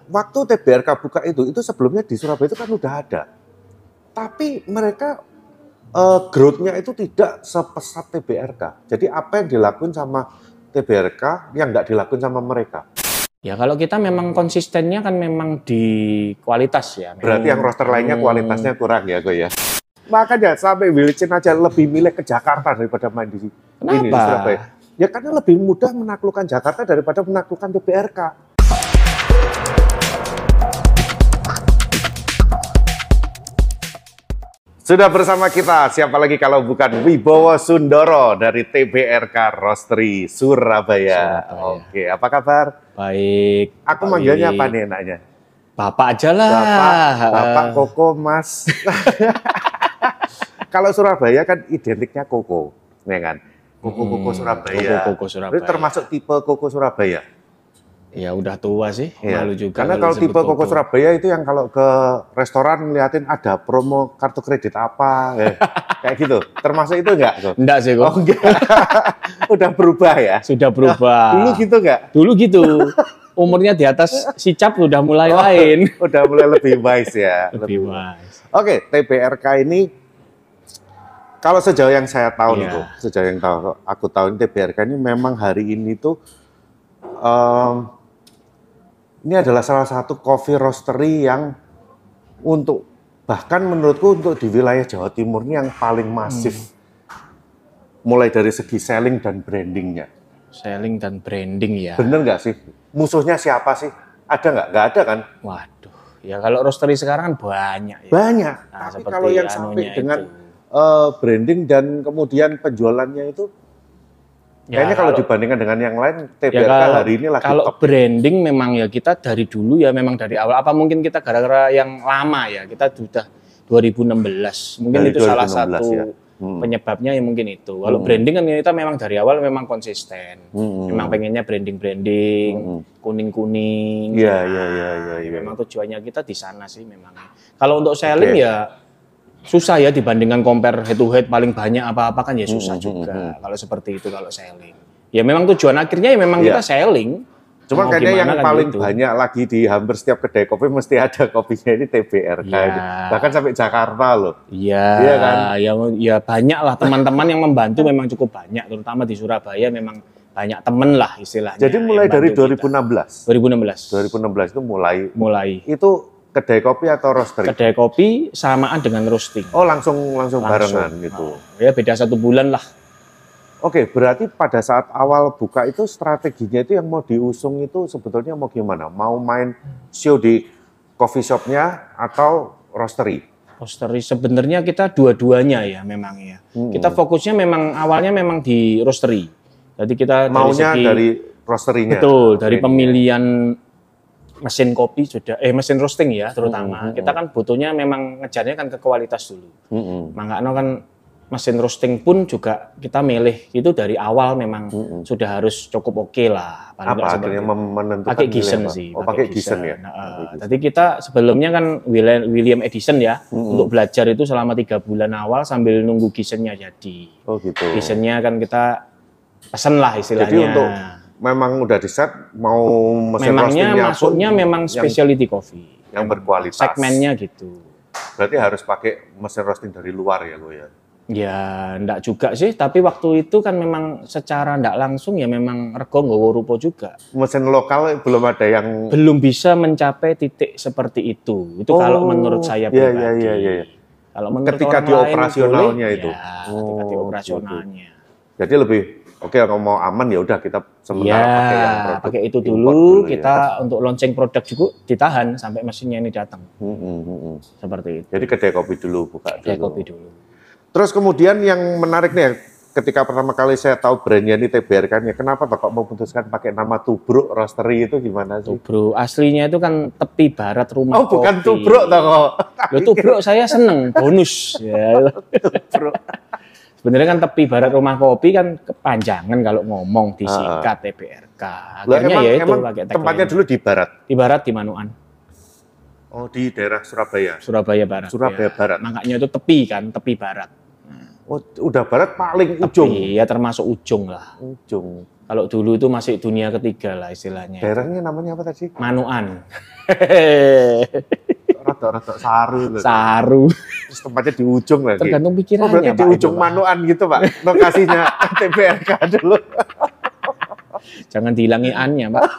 waktu TBRK buka itu sebelumnya di Surabaya itu kan udah ada. Tapi mereka growth-nya itu tidak sepesat TBRK. Jadi apa yang dilakuin sama TBRK yang nggak dilakuin sama mereka? Ya kalau kita memang konsistennya kan memang di kualitas ya. Berarti yang roster lainnya kualitasnya kurang ya gue ya. Makanya sampai Wilcin aja lebih milih ke Jakarta daripada main di ini di Surabaya. Ya karena lebih mudah menaklukkan Jakarta daripada menaklukkan TBRK. Sudah bersama kita, siapa lagi kalau bukan Wibowo Sundoro dari TBRK Roastery Surabaya. Oke, apa kabar? Baik. Aku manggilnya apa nih enaknya? Bapak aja lah. Bapak Koko, Mas. Kalau Surabaya kan identiknya Koko, ya kan? Koko Surabaya. Koko Surabaya. Itu termasuk tipe Koko Surabaya. Ya udah tua sih, ya. malu juga. Karena kalau tipe Koko Surabaya itu yang kalau ke restoran ngeliatin ada promo kartu kredit apa, kayak gitu. Termasuk itu enggak? Enggak sih kok. Oh, enggak. Udah berubah ya? Sudah berubah. Dulu gitu enggak? Dulu gitu. Umurnya di atas sicap udah mulai lain. Udah mulai lebih wise ya. Lebih wise. Oke, TBRK ini kalau sejauh yang saya tahu nih, sejauh yang aku tahu ini TBRK ini memang hari ini tuh ini adalah salah satu coffee roastery yang bahkan menurutku untuk di wilayah Jawa Timur ini yang paling masif. Mulai dari segi selling dan brandingnya. Selling dan branding ya. Bener nggak sih? Musuhnya siapa sih? Ada nggak? Nggak ada kan? Waduh, ya kalau roastery sekarang kan banyak ya. Banyak. Nah, tapi kalau yang sampai dengan branding dan kemudian penjualannya itu ya, kayaknya kalau dibandingkan dengan yang lain, TBRK hari ini lagi kalau top. Branding memang ya kita dari dulu ya memang dari awal. Apa mungkin kita gara-gara yang lama ya, kita sudah 2016. Mungkin dari itu 2016, salah satu penyebabnya ya mungkin itu. Kalau branding kan kita memang dari awal memang konsisten. Memang pengennya branding, kuning-kuning. Iya. Memang tujuannya kita di sana sih memang. Kalau untuk selling ya susah ya dibandingkan compare head to head paling banyak apa-apa kan ya susah juga kalau seperti itu kalau selling. Ya memang tujuan akhirnya ya memang kita selling. Cuma kayaknya yang paling gitu banyak lagi di hampir setiap kedai kopi mesti ada kopinya ini TBRK. Ya. Bahkan sampai Jakarta loh. Iya. Iya kan? Ya banyak lah teman-teman yang membantu memang cukup banyak, terutama di Surabaya memang banyak temen lah istilahnya. Jadi mulai dari 2016. 2016 itu mulai. Itu kedai kopi atau roastery? Kedai kopi samaan dengan roasting. Oh langsung barengan gitu. Ya beda 1 bulan lah. Oke, berarti pada saat awal buka itu strateginya itu yang mau diusung itu sebetulnya mau gimana? Mau main show di coffee shopnya atau roastery? Roastery sebenarnya kita dua-duanya ya memang ya. Kita fokusnya memang awalnya memang di roastery. Jadi kita maunya dari roastery-nya. Betul, dari pemilihan mesin kopi sudah mesin roasting ya terutama. Kita kan butuhnya memang ngejarnya kan ke kualitas dulu. Makanya kan mesin roasting pun juga kita milih itu dari awal memang sudah harus cukup oke lah. Apa akhirnya menentukan pakai Giessen sih. Oh, pakai Giessen ya. Tadi kita sebelumnya kan William Edison ya untuk belajar itu selama 3 bulan awal sambil nunggu Giessen-nya jadi. Oh gitu. Giessen-nya kan kita pesen lah istilahnya. Jadi untuk memang udah di set mau mesin memangnya roastingnya masuknya memang specialty coffee yang berkualitas. Segmennya gitu. Berarti harus pakai mesin roasting dari luar ya lo ya? Ya enggak juga sih, tapi waktu itu kan memang secara enggak langsung ya memang rego nggawa rupa juga. Mesin lokal belum ada yang belum bisa mencapai titik seperti itu. Itu kalau menurut saya pribadi. Iya. Kalau menurut ketika di operasionalnya itu. Ya, ketika di operasionalnya. Jadi lebih oke, kalau mau aman ya udah kita sementara pakai itu dulu kita untuk launching produk juga ditahan sampai mesinnya ini datang. Seperti itu. Jadi kedai kopi dulu buka kedai kopi dulu. Terus kemudian yang menarik nih ketika pertama kali saya tahu brandnya ini TBRK, kenapa Bapak memutuskan pakai nama Tubruk Roastery itu gimana sih? Tubruk aslinya itu kan tepi barat rumah kopi. Oh bukan Tubruk toh. Loh Tubruk saya seneng bonus ya. Tubruk. Sebenarnya kan tepi barat rumah kopi kan kepanjangan kalau ngomong disingkat TBRK. Akhirnya ya itu pakai tempatnya dulu di barat. Di barat di Manuan. Oh di daerah Surabaya. Surabaya Barat. Surabaya Barat. Makanya itu tepi kan, tepi barat. Oh udah barat paling ujung. Iya termasuk ujung lah. Ujung. Kalau dulu itu masih dunia ketiga lah istilahnya. Daerahnya namanya apa tadi? Manuan. Rada-rada Saru. Saru. Terus tempatnya di ujung lagi. Tergantung pikirannya. Oh, berarti Pak, di ujung itu, Pak. Manuan gitu, Pak. Lokasinya TBRK dulu. Jangan dihilangi an-nya, Pak.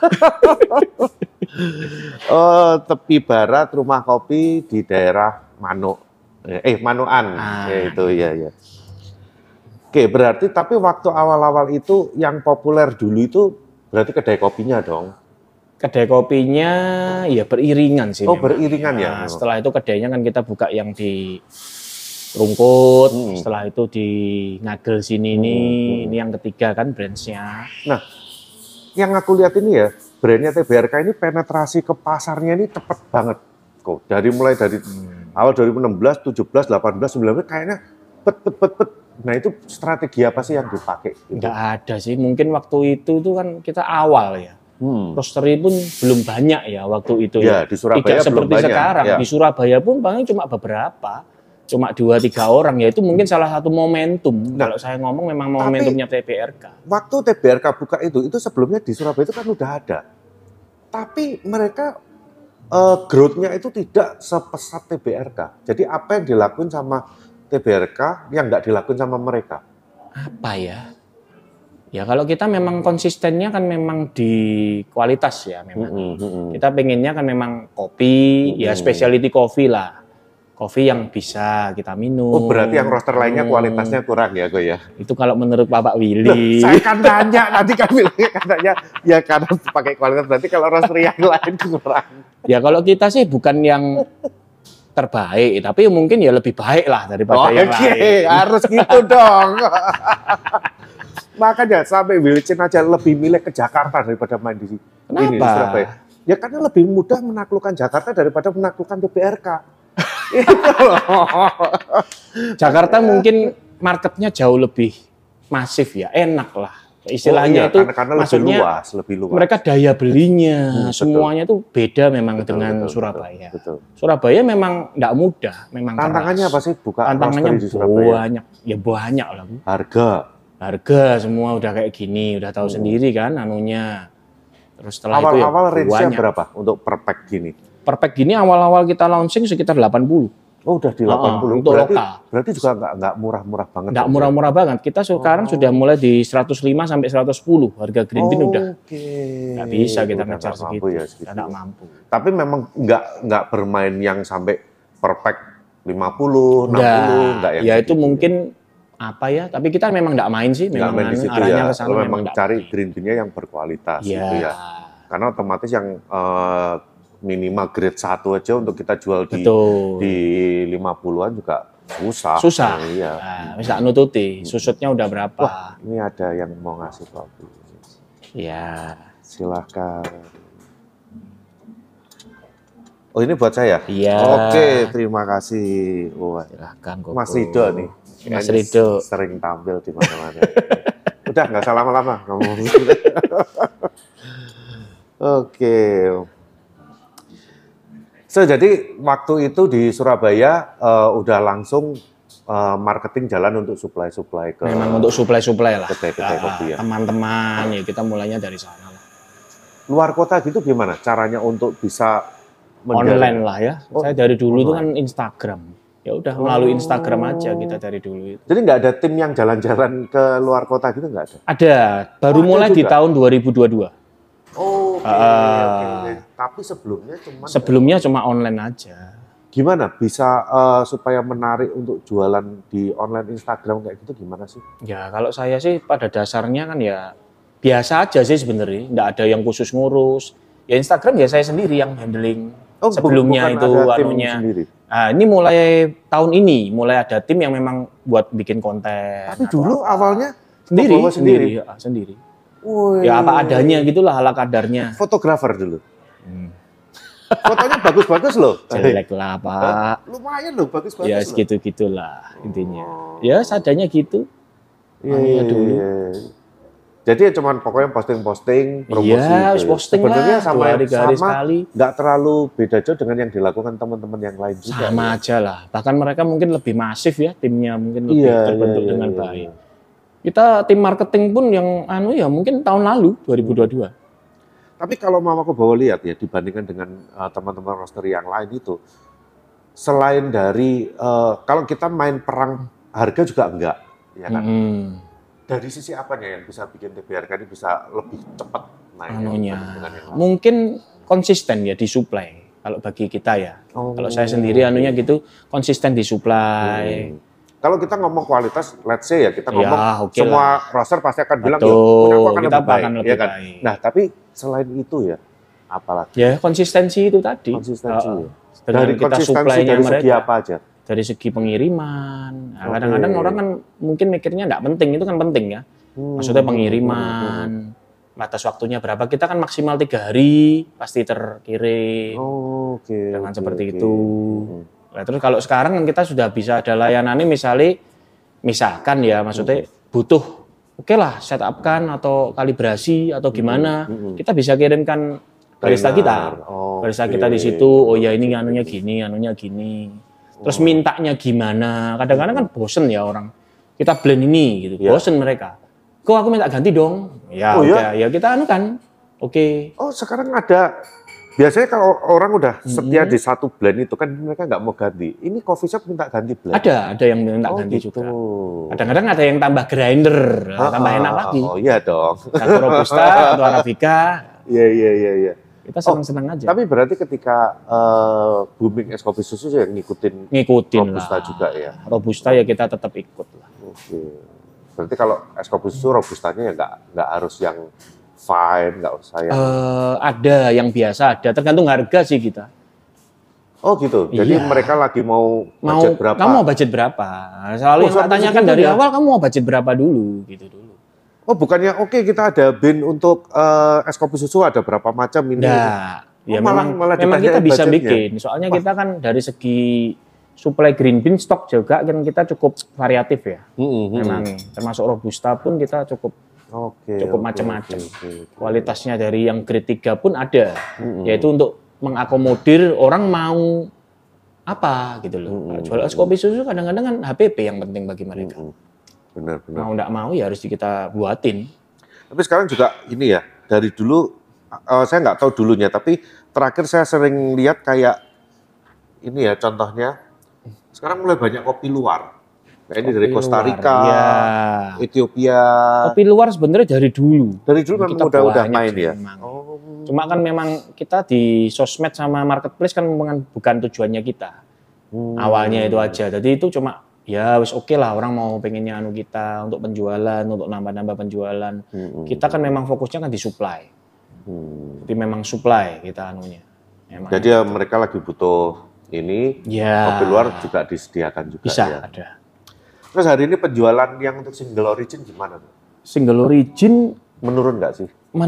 Oh, tepi barat rumah kopi di daerah Manuan. Itu ya. Oke, berarti tapi waktu awal-awal itu yang populer dulu itu berarti kedai kopinya dong. Kedai kopinya ya beriringan sih. Oh, memang. beriringan ya. Nah, setelah itu kedainya kan kita buka yang di Rungkut, setelah itu di Ngagel sini ini yang ketiga kan branch-nya. Nah, yang aku lihat ini ya, brandnya TBRK ini penetrasi ke pasarnya ini cepet banget kok. Mulai dari awal 2016, 17, 18, 19 kayaknya bet. Nah, itu strategi apa sih yang dipakai? Gitu? Nggak ada sih, mungkin waktu itu tuh kan kita awal ya. Roastery pun belum banyak ya waktu itu. Ya, di Surabaya tidak seperti belum banyak. Sekarang. Ya. Di Surabaya pun paling cuma beberapa. Cuma 2-3 orang, ya itu mungkin salah satu momentum. Nah, kalau saya ngomong memang momentumnya TBRK. Waktu TBRK buka itu sebelumnya di Surabaya itu kan udah ada. Tapi mereka growth-nya itu tidak sepesat TBRK. Jadi apa yang dilakuin sama TBRK yang nggak dilakuin sama mereka? Apa ya? Ya kalau kita memang konsistennya kan memang di kualitas ya memang. Kita pengennya kan memang kopi, ya specialty coffee lah. Kopi yang bisa kita minum. Oh, berarti yang roaster lainnya kualitasnya kurang ya, Go ya? Itu kalau menurut Bapak Willy. Saya kan tanya, nanti kan bilangnya katanya ya karena pakai kualitas, berarti kalau roaster yang lain kurang. Ya kalau kita sih bukan yang terbaik, tapi mungkin ya lebih baik lah daripada yang lain. Harus gitu dong. Makanya sampai Wilcin aja lebih milih ke Jakarta daripada main di sini. Ini di Surabaya. Ya karena lebih mudah menaklukkan Jakarta daripada menaklukkan TBRK. Jakarta mungkin marketnya jauh lebih masif ya, enak lah. Istilahnya itu karena maksudnya lebih luas. Mereka daya belinya, semuanya itu beda memang dengan Surabaya. Betul. Surabaya memang tidak mudah, memang tantangannya keras. apa sih buka tantangannya di Surabaya? Banyak, ya banyak lah. Harga semua udah kayak gini, udah tahu sendiri kan anunya. Terus setelah awal-awal itu ya range-nya berapa untuk per pack gini? Per pack gini awal-awal kita launching sekitar 80. Oh, udah di 80. Untuk lokal. Berarti juga nggak murah-murah banget. Nggak murah-murah banget. Kita sekarang sudah mulai di 105 sampai 110. Harga green bean udah. Nggak bisa kita ngejar segitu. Nggak mampu. Tapi memang nggak bermain yang sampai per pack 50, 60. Nggak yang ya itu mungkin apa ya, tapi kita memang nggak main sih. Memang main di situ arahnya ya. ke sana memang cari green bean-nya yang berkualitas gitu ya. Karena otomatis yang minimal grade 1 aja untuk kita jual di 50-an juga susah. Iya. Nah, bisa nututi, susutnya udah berapa. Wah, ini ada yang mau ngasih kopi. Ya. Silahkan. Oh, ini buat saya? Iya. Oke, terima kasih. Wah, silahkan. Mas Rido nih. Mas Rido. Sering tampil di mana-mana. Udah, nggak usah lama-lama ngomong. Oke. So, jadi waktu itu di Surabaya udah langsung marketing jalan untuk supply ke. Memang untuk supply lah. Kedai kopi ya. Teman-teman ya kita mulainya dari sana lah. Luar kota gitu gimana caranya untuk bisa online lah ya. Saya dari dulu itu kan Instagram. Ya udah melalui Instagram aja kita dari dulu itu. Jadi nggak ada tim yang jalan-jalan ke luar kota gitu nggak ada? Ada. Baru mulai di tahun 2022. Oke. Tapi sebelumnya cuma online aja. Gimana bisa supaya menarik untuk jualan di online Instagram kayak gitu gimana sih? Ya kalau saya sih pada dasarnya kan ya biasa aja sih sebenarnya, nggak ada yang khusus ngurus. Ya Instagram ya saya sendiri yang handling. Sebelumnya itu anunya. Nah, ini mulai tahun ini mulai ada tim yang memang buat bikin konten. Tapi dulu awalnya sendiri. Woy. Ya apa adanya gitulah ala kadarnya. Fotografer dulu. Fotonya bagus-bagus loh. Jelek lah Pak. Lumayan loh bagus-bagus. Ya segitu-gitulah intinya. Ya seadanya gitu. Iya dulu. Jadi ya cuman pokoknya posting-posting, promosi. Iya, posting sebenarnya lah, sama sekali. Nggak terlalu beda jauh dengan yang dilakukan teman-teman yang lain juga. Sama aja lah. Bahkan mereka mungkin lebih masif ya timnya, mungkin lebih terbentuk dengan baik. Kita tim marketing pun yang ya mungkin tahun lalu 2022. Tapi kalau Mamaku bawa lihat ya dibandingkan dengan teman-teman roster yang lain itu, selain dari kalau kita main perang harga juga enggak, ya kan? Dari sisi apanya yang bisa bikin TBRK ini bisa lebih cepat naiknya? Mungkin konsisten ya di supply. Kalau bagi kita ya, kalau saya sendiri gitu konsisten di supply. Kalau kita ngomong kualitas, let's say ya kita ngomong semua roster pasti akan bilang ya punya aku akan lebih baik, ya kan? Nah tapi selain itu ya, apalagi? Ya konsistensi itu tadi. Konsistensi. Dari kita konsistensi dari segi apa aja? Dari segi pengiriman. Nah, kadang-kadang orang kan mungkin mikirnya nggak penting, itu kan penting ya. Maksudnya pengiriman, batas waktunya berapa? Kita kan maksimal 3 hari pasti terkirim. Dengan seperti itu. Nah, terus kalau sekarang kan kita sudah bisa ada layanannya misalkan ya, maksudnya butuh oke lah setup kan atau kalibrasi atau gimana, kita bisa kirimkan barista kita. Barista kita di situ, oh ya ini anunya gini. Terus mintanya gimana? Kadang-kadang kan bosen ya orang. Kita blend ini gitu, bosen mereka. Kok aku minta ganti dong? Ya ya kita anukan. Oke. Oh, sekarang ada. Biasanya kalau orang udah setia di satu blend itu kan mereka nggak mau ganti. Ini coffee shop minta ganti blend? Ada yang minta ganti gitu juga. Kadang-kadang ada yang tambah grinder, tambah enak lagi. Oh iya dong. Satu Robusta, atau Arabica. Iya. Kita senang-senang aja. Tapi berarti ketika booming es kopi susu yang ngikutin Robusta lah. Juga ya? Robusta ya kita tetap ikut lah. Oke. Berarti kalau es kopi susu Robustanya ya nggak harus yang fine, nggak usah yang... ada yang biasa, ada tergantung harga sih kita. Oh gitu, jadi mereka lagi mau budget berapa? Kamu mau budget berapa? Selalu yang saya tanyakan dari awal, kamu mau budget berapa dulu, gitu dulu. Oh bukannya oke kita ada bin untuk es kopi susu ada berapa macam ini? Nah, ya memang kita bisa bikin. Soalnya kita kan dari segi supply green bean stok juga kan kita cukup variatif ya. Memang termasuk Robusta pun kita cukup macam-macam. Kualitasnya dari yang grade 3 pun ada. Yaitu untuk mengakomodir orang mau apa gitu loh. Jual es kopi susu kadang-kadang kan HPP yang penting bagi mereka. Benar. Mau enggak mau ya harus kita buatin. Tapi sekarang juga ini ya, dari dulu saya nggak tahu dulunya, tapi terakhir saya sering lihat kayak ini ya contohnya. Sekarang mulai banyak kopi luar. Kayak ini dari Costa Rica, Ethiopia. Kopi luar sebenarnya dari dulu. Dari dulu memang udah main ya. Cuma kan memang kita di sosmed sama marketplace kan bukan tujuannya kita. Awalnya itu aja. Jadi itu cuma ya wis oke lah orang mau pengennya kita untuk penjualan, untuk nambah-nambah penjualan. Kita kan memang fokusnya kan di supply. Jadi memang supply kita anunya. Memang jadi ya mereka lagi butuh ini. Kopi luar juga disediakan juga. Bisa ya. Ada. Terus hari ini penjualan yang untuk single origin gimana? Single origin menurun nggak sih?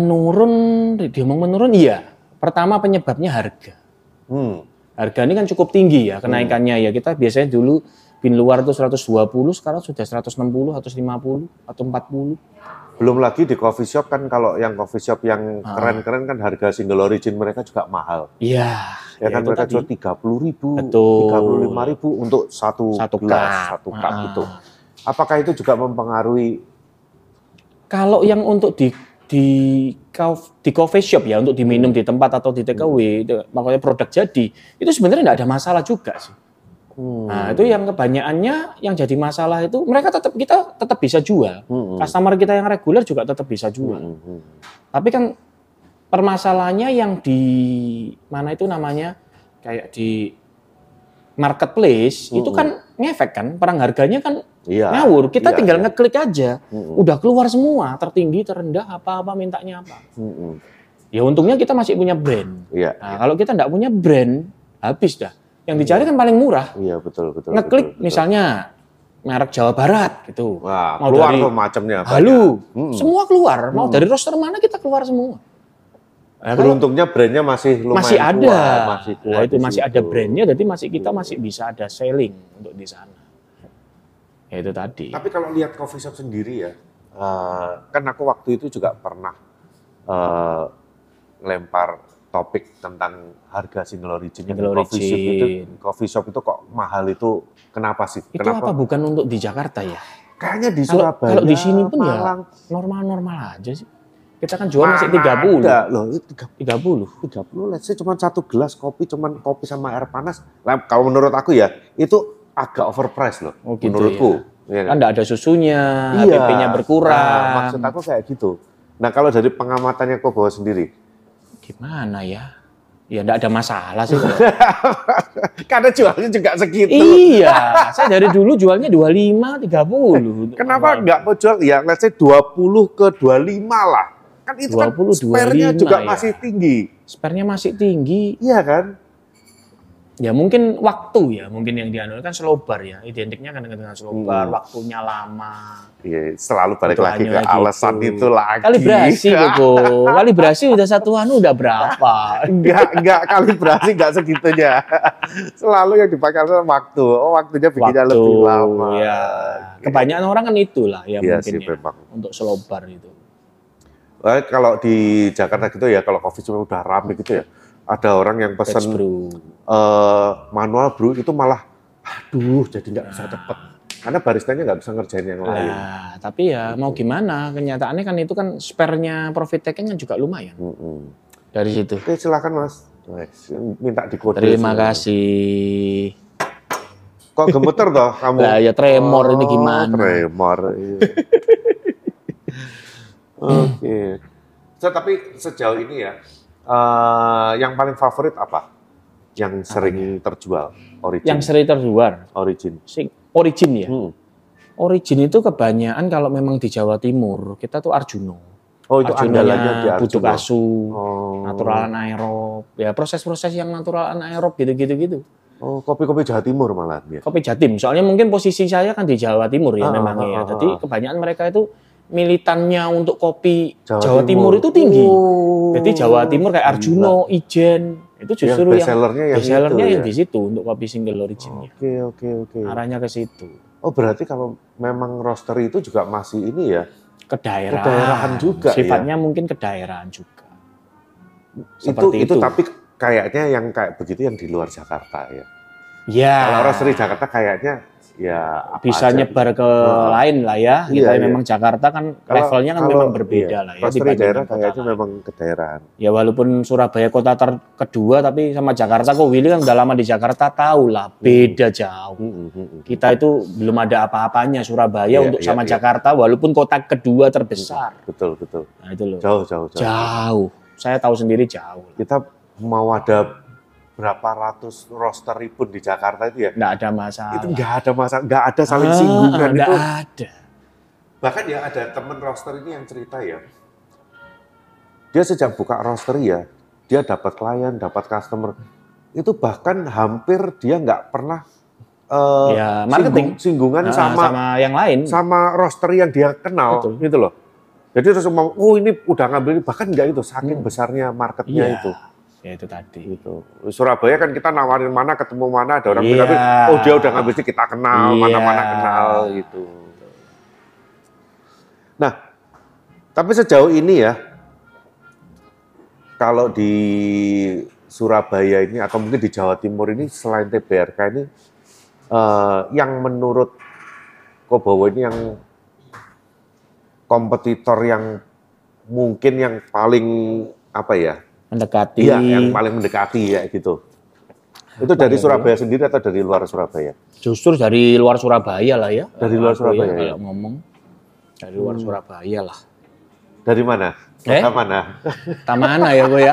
Diomong menurun iya. Pertama penyebabnya harga. Harga ini kan cukup tinggi ya kenaikannya ya. Kita biasanya dulu bin luar itu 120, sekarang sudah 160, 150, atau 40. Belum lagi di coffee shop kan kalau yang coffee shop yang keren-keren kan harga single origin mereka juga mahal. Iya. Ya kan mereka jual 30.000, 35.000 untuk satu gelas, satu cup itu. Apakah itu juga mempengaruhi? Kalau yang untuk di coffee shop ya untuk diminum di tempat atau di take away, makanya produk jadi itu sebenarnya nggak ada masalah juga sih. Nah itu yang kebanyakannya yang jadi masalah itu kita tetap bisa jual. Customer kita yang reguler juga tetap bisa jual. Tapi kan permasalahannya yang di mana itu namanya kayak di marketplace itu kan ngefek kan, perang harganya kan ngawur. Kita tinggal ngeklik aja, udah keluar semua, tertinggi, terendah, apa-apa mintanya apa. Ya untungnya kita masih punya brand. Nah, kalau kita nggak punya brand, habis dah. Yang dicari kan paling murah. Iya betul. Ngeklik betul. Misalnya merek Jawa Barat gitu. Wah, mau keluar dari macamnya. Halu, semua keluar. Mau dari roster mana kita keluar semua. Nah, beruntungnya brandnya masih lumayan masih ada. Kuat, masih kuat. Nah, itu masih ada brandnya, jadi kita masih bisa ada selling untuk di sana. Ya itu tadi. Tapi kalau lihat coffee shop sendiri ya, kan aku waktu itu juga pernah lempar topik tentang harga single origin. Coffee shop itu kok mahal itu kenapa sih? Itu apa bukan untuk di Jakarta ya? Kayaknya di Surabaya, kalau di sini pun Malang, ya normal-normal aja sih. Kita kan jual masih 30. Ada loh, 30. 30, let's say cuma 1 gelas kopi, cuman kopi sama air panas. Nah, kalau menurut aku ya, itu agak overpriced loh, Oh, gitu menurutku. Ya. Kan nggak ada susunya, Iya. HPP-nya berkurang. Nah, maksud aku kayak gitu. Nah, kalau dari pengamatannya kau bawa sendiri? Gimana ya? Ya nggak ada masalah sih. Karena jualnya juga segitu. Iya, saya dari dulu jualnya 25, 30. Kenapa nggak mau jual ya, let's say 20 ke 25 lah. Kan itu 20, kan spare-nya 25 juga ya. masih tinggi. Spare-nya masih tinggi. Iya kan? Ya mungkin waktu ya, mungkin yang dianu kan slow bar ya. Identiknya kan dengan slow bar, waktunya lama. Iya, selalu balik Itu lagi ke hanya alasan gitu. itu lagi. Kalibrasi Koko. Kalibrasi udah udah berapa? Enggak kalibrasi enggak segitunya. Selalu yang dipakai adalah waktu. Oh, waktunya bikinnya lebih lama. Ya. Kebanyakan orang kan itulah ya Iya mungkin sih, ya. memang. Untuk slow bar itu. Kalau di Jakarta gitu ya, kalau coffee shop udah rame gitu ya, ada orang yang pesan manual brew itu malah, aduh, jadi nggak bisa cepet. Karena baristanya nggak bisa ngerjain yang lain. Nah, tapi ya mau gimana, kenyataannya kan itu kan spare-nya profit taking-nya juga lumayan. Dari situ. Oke, silakan Mas. Minta dikode. Terima kasih. Kok gemeter toh kamu? Lah ya tremor ini gimana? Tremor. Iya. Oke. Tapi sejauh ini ya, yang paling favorit apa? Yang sering terjual? Origin. Yang sering terjual? Origin ya? Origin itu kebanyakan kalau memang di Jawa Timur, kita tuh Arjuno. Oh, itu andalannya di Arjuno. Butuh kasu, natural anaerob. Ya proses-proses yang natural anaerob gitu-gitu. Oh, kopi-kopi Jawa Timur malah ya. Kopi Jatim. Soalnya mungkin posisi saya kan di Jawa Timur ya memang ya. Jadi kebanyakan mereka itu militannya untuk kopi Jawa Timur itu tinggi. Jadi Jawa Timur kayak Arjuno, Ijen, itu justru yang best-sellernya yang di situ untuk kopi single originnya. Oke. Arahnya ke situ. Oh, berarti kalau memang roastery itu juga masih ini ya? Kedaerahan juga. Sifatnya ya? Mungkin kedaerahan juga. Seperti itu tapi kayaknya yang kayak begitu yang di luar Jakarta ya. Ya. Kalau roastery Jakarta kayaknya ya bisa nyebar ke lain lah ya. Kita memang Jakarta kan levelnya kan memang berbeda lah ya. Roastery daerah kayaknya memang kedaerahan. Ya walaupun Surabaya kota kedua tapi sama Jakarta kok Willy kan udah lama di Jakarta tahu lah beda jauh. Kita itu belum ada apa-apanya Surabaya untuk sama Jakarta walaupun kota kedua terbesar. Betul. Nah itu loh. Jauh. Saya tahu sendiri jauh. Kita mau ada berapa ratus roastery pun di Jakarta itu ya? Nggak ada masalah. Itu nggak ada masalah, nggak ada saling singgungan itu. Ada. Bahkan ya ada temen roaster ini yang cerita ya, dia sejak buka roastery ya, dia dapat klien, dapat customer, itu bahkan hampir dia nggak pernah marketing singgungan sama yang lain, sama roastery yang dia kenal, gitu loh. Jadi terus ngomong, oh ini udah ngambil ini, bahkan nggak itu, saking besarnya marketnya itu. Ya itu tadi. Gitu. Surabaya kan kita nawarin mana ketemu mana ada orang bilang, oh dia udah ngambil sih kita kenal, mana-mana kenal gitu. Nah, tapi sejauh ini ya, kalau di Surabaya ini atau mungkin di Jawa Timur ini selain TBRK ini, yang menurut Kobowo ini yang kompetitor yang mungkin yang paling apa ya? Mendekati. Iya, yang paling mendekati ya gitu. Itu dari Surabaya sendiri atau dari luar Surabaya? Justru dari luar Surabaya lah ya. Dari luar Surabaya ya? Kalau ngomong dari luar Surabaya lah. Dari mana? Kota mana? Mana ya gue ya?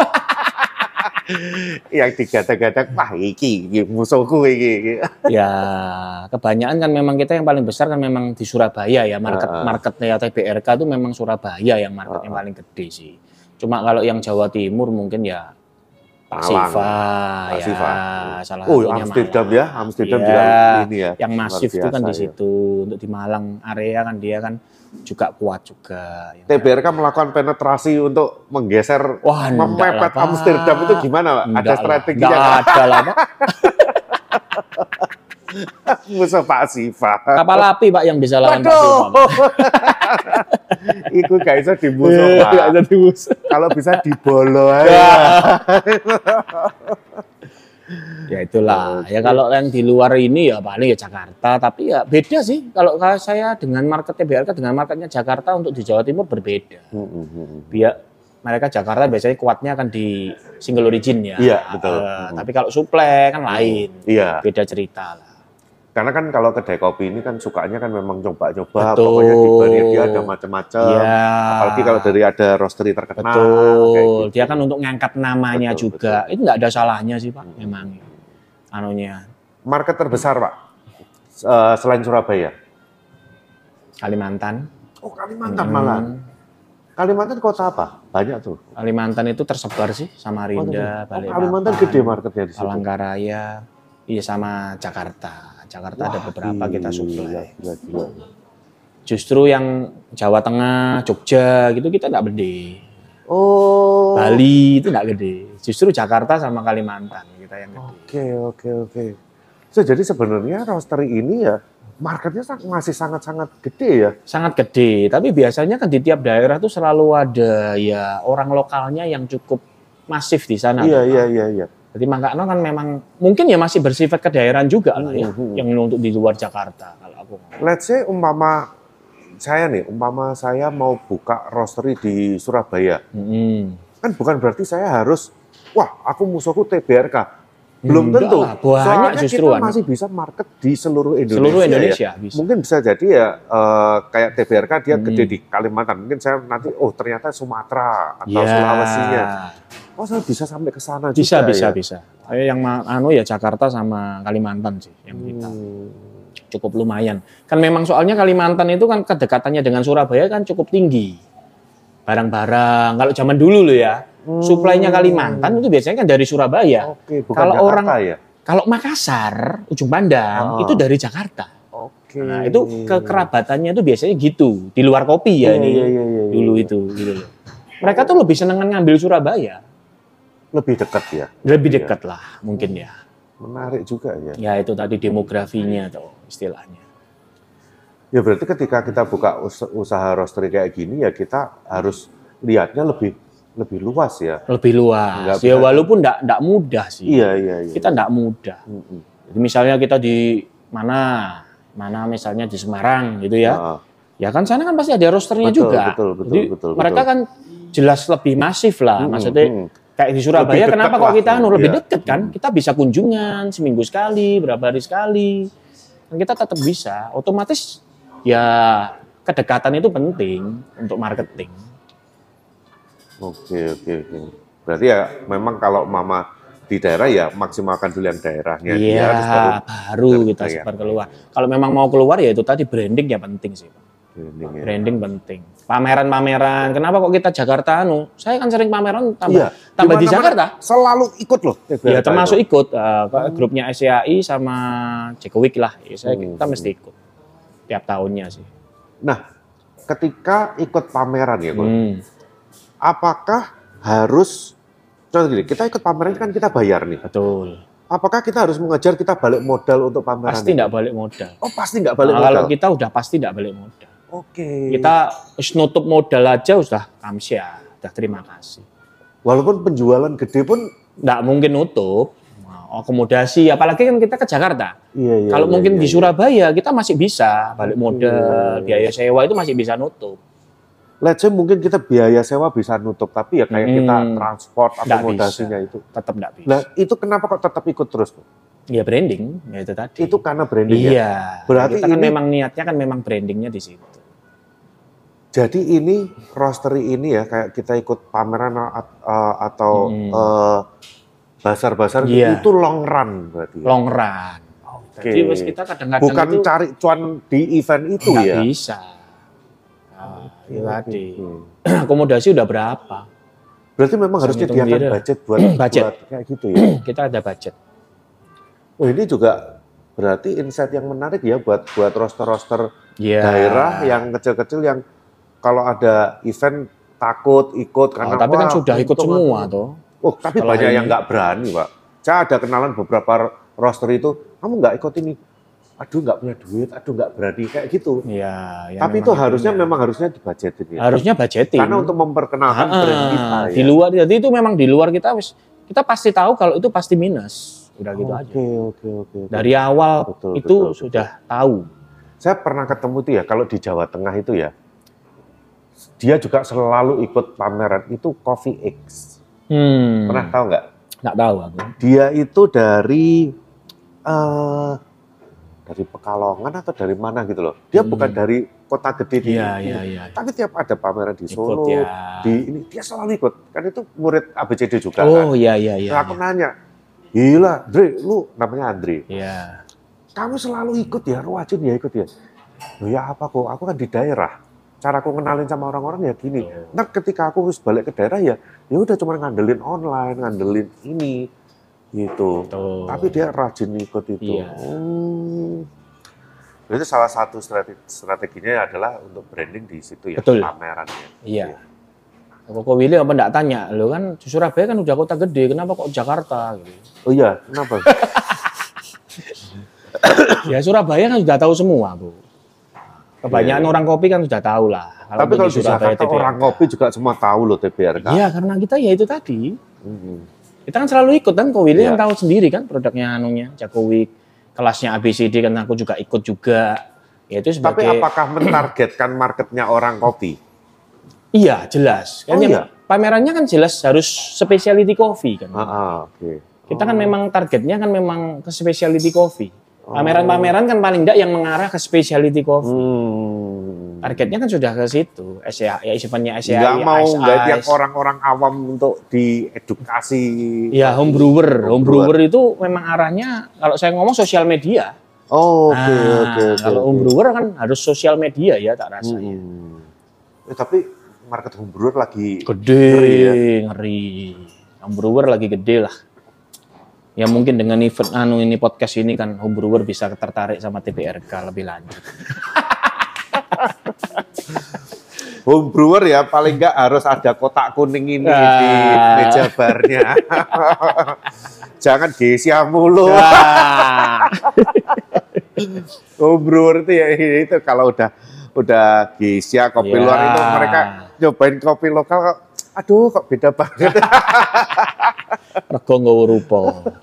Yang digadang-gadang, wah iki musuhku iki. Ya, kebanyakan kan memang kita yang paling besar kan memang di Surabaya ya. Marketnya TBRK itu memang Surabaya yang marketnya paling gede sih. Cuma kalau yang Jawa Timur mungkin ya Pak Siva, salah satunya Amsterdam Malang. Amsterdam juga ini ya. Yang masif itu kan di situ. Untuk di Malang area kan dia kan juga kuat juga. TBRK melakukan penetrasi untuk menggeser, memepet Amsterdam itu gimana, Pak? Ada strateginya? Nggak ada lah, Pak. Musuh Pak Siva. Kapal api Pak yang bisa lawan Pak Siva. Iku gak bisa dimusuh Pak. Kalau bisa dibolo aja. Ya itulah. Ya kalau yang di luar ini ya paling ya Jakarta, tapi ya beda sih. Kalau saya dengan market TBRK dengan marketnya Jakarta untuk di Jawa Timur berbeda. Biar mereka Jakarta biasanya kuatnya akan di single origin ya. Iya, betul. Tapi kalau suplai kan lain. Iya. Beda cerita lah. Karena kan kalau kedai kopi ini kan sukanya kan memang coba-coba, pokoknya di barnya dia ada macam-macam. Ya. Apalagi kalau dari ada roastery terkenal. Betul. Kayak gitu. Dia kan untuk ngangkat namanya juga. Itu nggak ada salahnya sih Pak, memang. Anunya. Market terbesar Pak, selain Surabaya? Kalimantan. Oh Kalimantan malah. Kalimantan kota apa? Banyak tuh. Kalimantan itu tersebar sih, Samarinda, Balikpapan. Kalimantan gede marketnya di situ. Palangkaraya, iya sama Jakarta. Jakarta ada beberapa kita suplai. Gila. Justru yang Jawa Tengah, Jogja gitu kita nggak gede. Oh. Bali itu nggak gede. Justru Jakarta sama Kalimantan kita yang gede. Oke. So, jadi sebenarnya roastery ini ya marketnya masih sangat-sangat gede ya. Sangat gede, tapi biasanya kan di tiap daerah tuh selalu ada ya orang lokalnya yang cukup masif di sana. Iya. Jadi Mang Kakno kan memang mungkin ya masih bersifat kedaerahan juga lah ya, yang untuk di luar Jakarta kalau aku. Let's say umpama saya mau buka roastery di Surabaya, kan bukan berarti saya harus, wah aku musuhku TBRK. Belum tentu. Soalnya kita masih bisa market di seluruh Indonesia. Seluruh Indonesia ya. Bisa. Mungkin bisa jadi ya kayak TBRK dia gede di Kalimantan. Mungkin saya nanti ternyata Sumatera atau Sulawesinya. Oh saya bisa sampai ke sana juga. Bisa. Yang ya Jakarta sama Kalimantan sih yang kita cukup lumayan. Kan memang soalnya Kalimantan itu kan kedekatannya dengan Surabaya kan cukup tinggi. Barang-barang kalau zaman dulu loh ya. Suplainya Kalimantan itu biasanya kan dari Surabaya. Oke, bukan kalau Jakarta, orang ya? Kalau Makassar, Ujung Pandang itu dari Jakarta. Oke. Nah, itu kekerabatannya itu biasanya gitu, di luar kopi ya dulu itu gitu loh. Mereka tuh lebih seneng ngambil Surabaya. Lebih dekat ya. Lebih dekat lah mungkin ya. Menarik juga ya. Ya itu tadi demografinya tuh istilahnya. Ya berarti ketika kita buka usaha roastery kayak gini ya kita harus lihatnya lebih luas ya. Lebih luas. Ya walaupun enggak mudah sih. Iya. Kita enggak mudah. Jadi misalnya kita di mana misalnya di Semarang gitu ya. Ya kan sana kan pasti ada roasternya juga. Betul. Mereka kan jelas lebih masif lah. Maksudnya kayak di Surabaya kenapa kok kita lebih dekat kan? Kita bisa kunjungan seminggu sekali, berapa hari sekali. Dan kita tetap bisa. Otomatis ya kedekatan itu penting untuk marketing. Oke. Berarti ya memang kalau mama di daerah ya maksimalkan dulu yang daerahnya. Iya, baru kita sebar keluar. Kalau memang mau keluar ya itu tadi brandingnya penting sih. Branding penting. Pameran-pameran. Kenapa kok kita Jakarta saya kan sering pameran tambah di Jakarta. Selalu ikut loh. Ya termasuk ikut grupnya SCAI sama Jekowik lah. Kita mesti ikut tiap tahunnya sih. Nah, ketika ikut pameran ya, apakah harus contoh gini, kita ikut pameran kan kita bayar nih. Betul. Apakah kita harus mengejar kita balik modal untuk pameran? Pasti nggak balik modal. Oh, pasti nggak balik modal. Kalau kita udah pasti nggak balik modal. Oke. Kita nutup modal aja udah kamsia, udah terima kasih. Walaupun penjualan gede pun nggak mungkin nutup. Akomodasi, apalagi kan kita ke Jakarta. Iya, kalau mungkin di Surabaya kita masih bisa balik modal, biaya sewa itu masih bisa nutup. Let's say mungkin kita biaya sewa bisa nutup, tapi ya kayak kita transport akomodasinya itu tetap nggak bisa. Nah itu kenapa kok tetap ikut terus? Ya branding, ya itu tadi. Itu karena branding ya? Iya. Berarti kita kan memang niatnya kan memang brandingnya di situ. Jadi ini roastery ini ya kayak kita ikut pameran atau basar-basar itu long run berarti. Long run. Okay. Jadi kita kadang-kadang bukan itu, cari cuan di event itu ya. Nggak bisa. Tadi. Akomodasi udah berapa? Berarti memang harus disediakan budget buat kayak gitu ya. Kita ada budget. Oh ini juga berarti insight yang menarik ya buat roster-roster daerah yang kecil-kecil yang kalau ada event takut ikut karena tapi kan sudah ikut semua tuh. Oh, tapi banyak yang nggak berani, Pak. Saya ada kenalan beberapa roster itu, kamu nggak ikut ini. Aduh, nggak punya duit, aduh nggak berani, kayak gitu. Iya. Tapi itu harusnya dibajetin. Ya. Harusnya budgeting. Karena untuk memperkenalkan brand kita. Di luar, jadi itu memang di luar kita pasti tahu kalau itu pasti minus. Udah gitu aja. Oke. Dari awal betul, itu betul. sudah tahu. Saya pernah ketemu tuh ya, kalau di Jawa Tengah itu ya, dia juga selalu ikut pameran itu Coffee X. Pernah tahu nggak? Nggak tahu aku. Dia itu dari Pekalongan atau dari mana gitu loh. Dia bukan dari kota gede di Iya. tapi tiap ada pameran di Ikut, Solo, ya. di ini dia selalu ikut. Kan itu murid ABCD juga kan. Oh iya. Nah, aku nanya, gila, Andre, lu namanya Andre. Iya. Kamu selalu ikut ya, rajin ya ikut ya. Loh ya apa kok, aku kan di daerah. Cara aku kenalin sama orang-orang ya gini. Ntar ketika aku harus balik ke daerah ya udah cuma ngandelin online, ngandelin ini gitu. Tapi dia rajin ikut itu. Iya. Itu salah satu strateginya adalah untuk branding di situ ya, Betul. pameran ya. Iya. Kok Willy apa enggak tanya? Lo kan Surabaya kan udah kota gede, kenapa kok Jakarta gitu. Oh iya, kenapa? Ya Surabaya kan sudah tahu semua, Bu. Kebanyakan orang kopi kan sudah tahu lah. Tapi kalau di Jakarta orang kopi juga semua tahu loh TBRK. Iya, karena kita ya itu tadi. Kita kan selalu ikut kan, Ko Willy kan tahu sendiri kan produknya anunya, Jakowik, kelasnya ABCD kan aku juga ikut juga. Ya itu sebagai. Tapi apakah mentargetkan marketnya orang kopi? Iya, jelas. Kan pamerannya kan jelas harus specialty coffee kan. Kita kan memang targetnya kan memang ke specialty coffee. Pameran-pameran kan paling enggak yang mengarah ke specialty coffee. Targetnya kan sudah ke situ. Ya sifatnya SCA. Nggak mau yang orang-orang awam untuk diedukasi. Ya home brewer. Home brewer itu memang arahnya kalau saya ngomong sosial media. Oke. Kalau home brewer kan harus sosial media ya tak rasanya. Tapi market home brewer lagi gede, ngeri. Home brewer lagi gede lah. Ya mungkin dengan event ini podcast ini kan home brewer bisa tertarik sama TBRK lebih lanjut. Home brewer ya paling nggak harus ada kotak kuning ini di meja barnya. Jangan gesia mulu. Home brewer itu ya itu kalau udah gesia kopi luar itu mereka nyobain kopi lokal aduh kok beda banget. Rego nggawa rupa.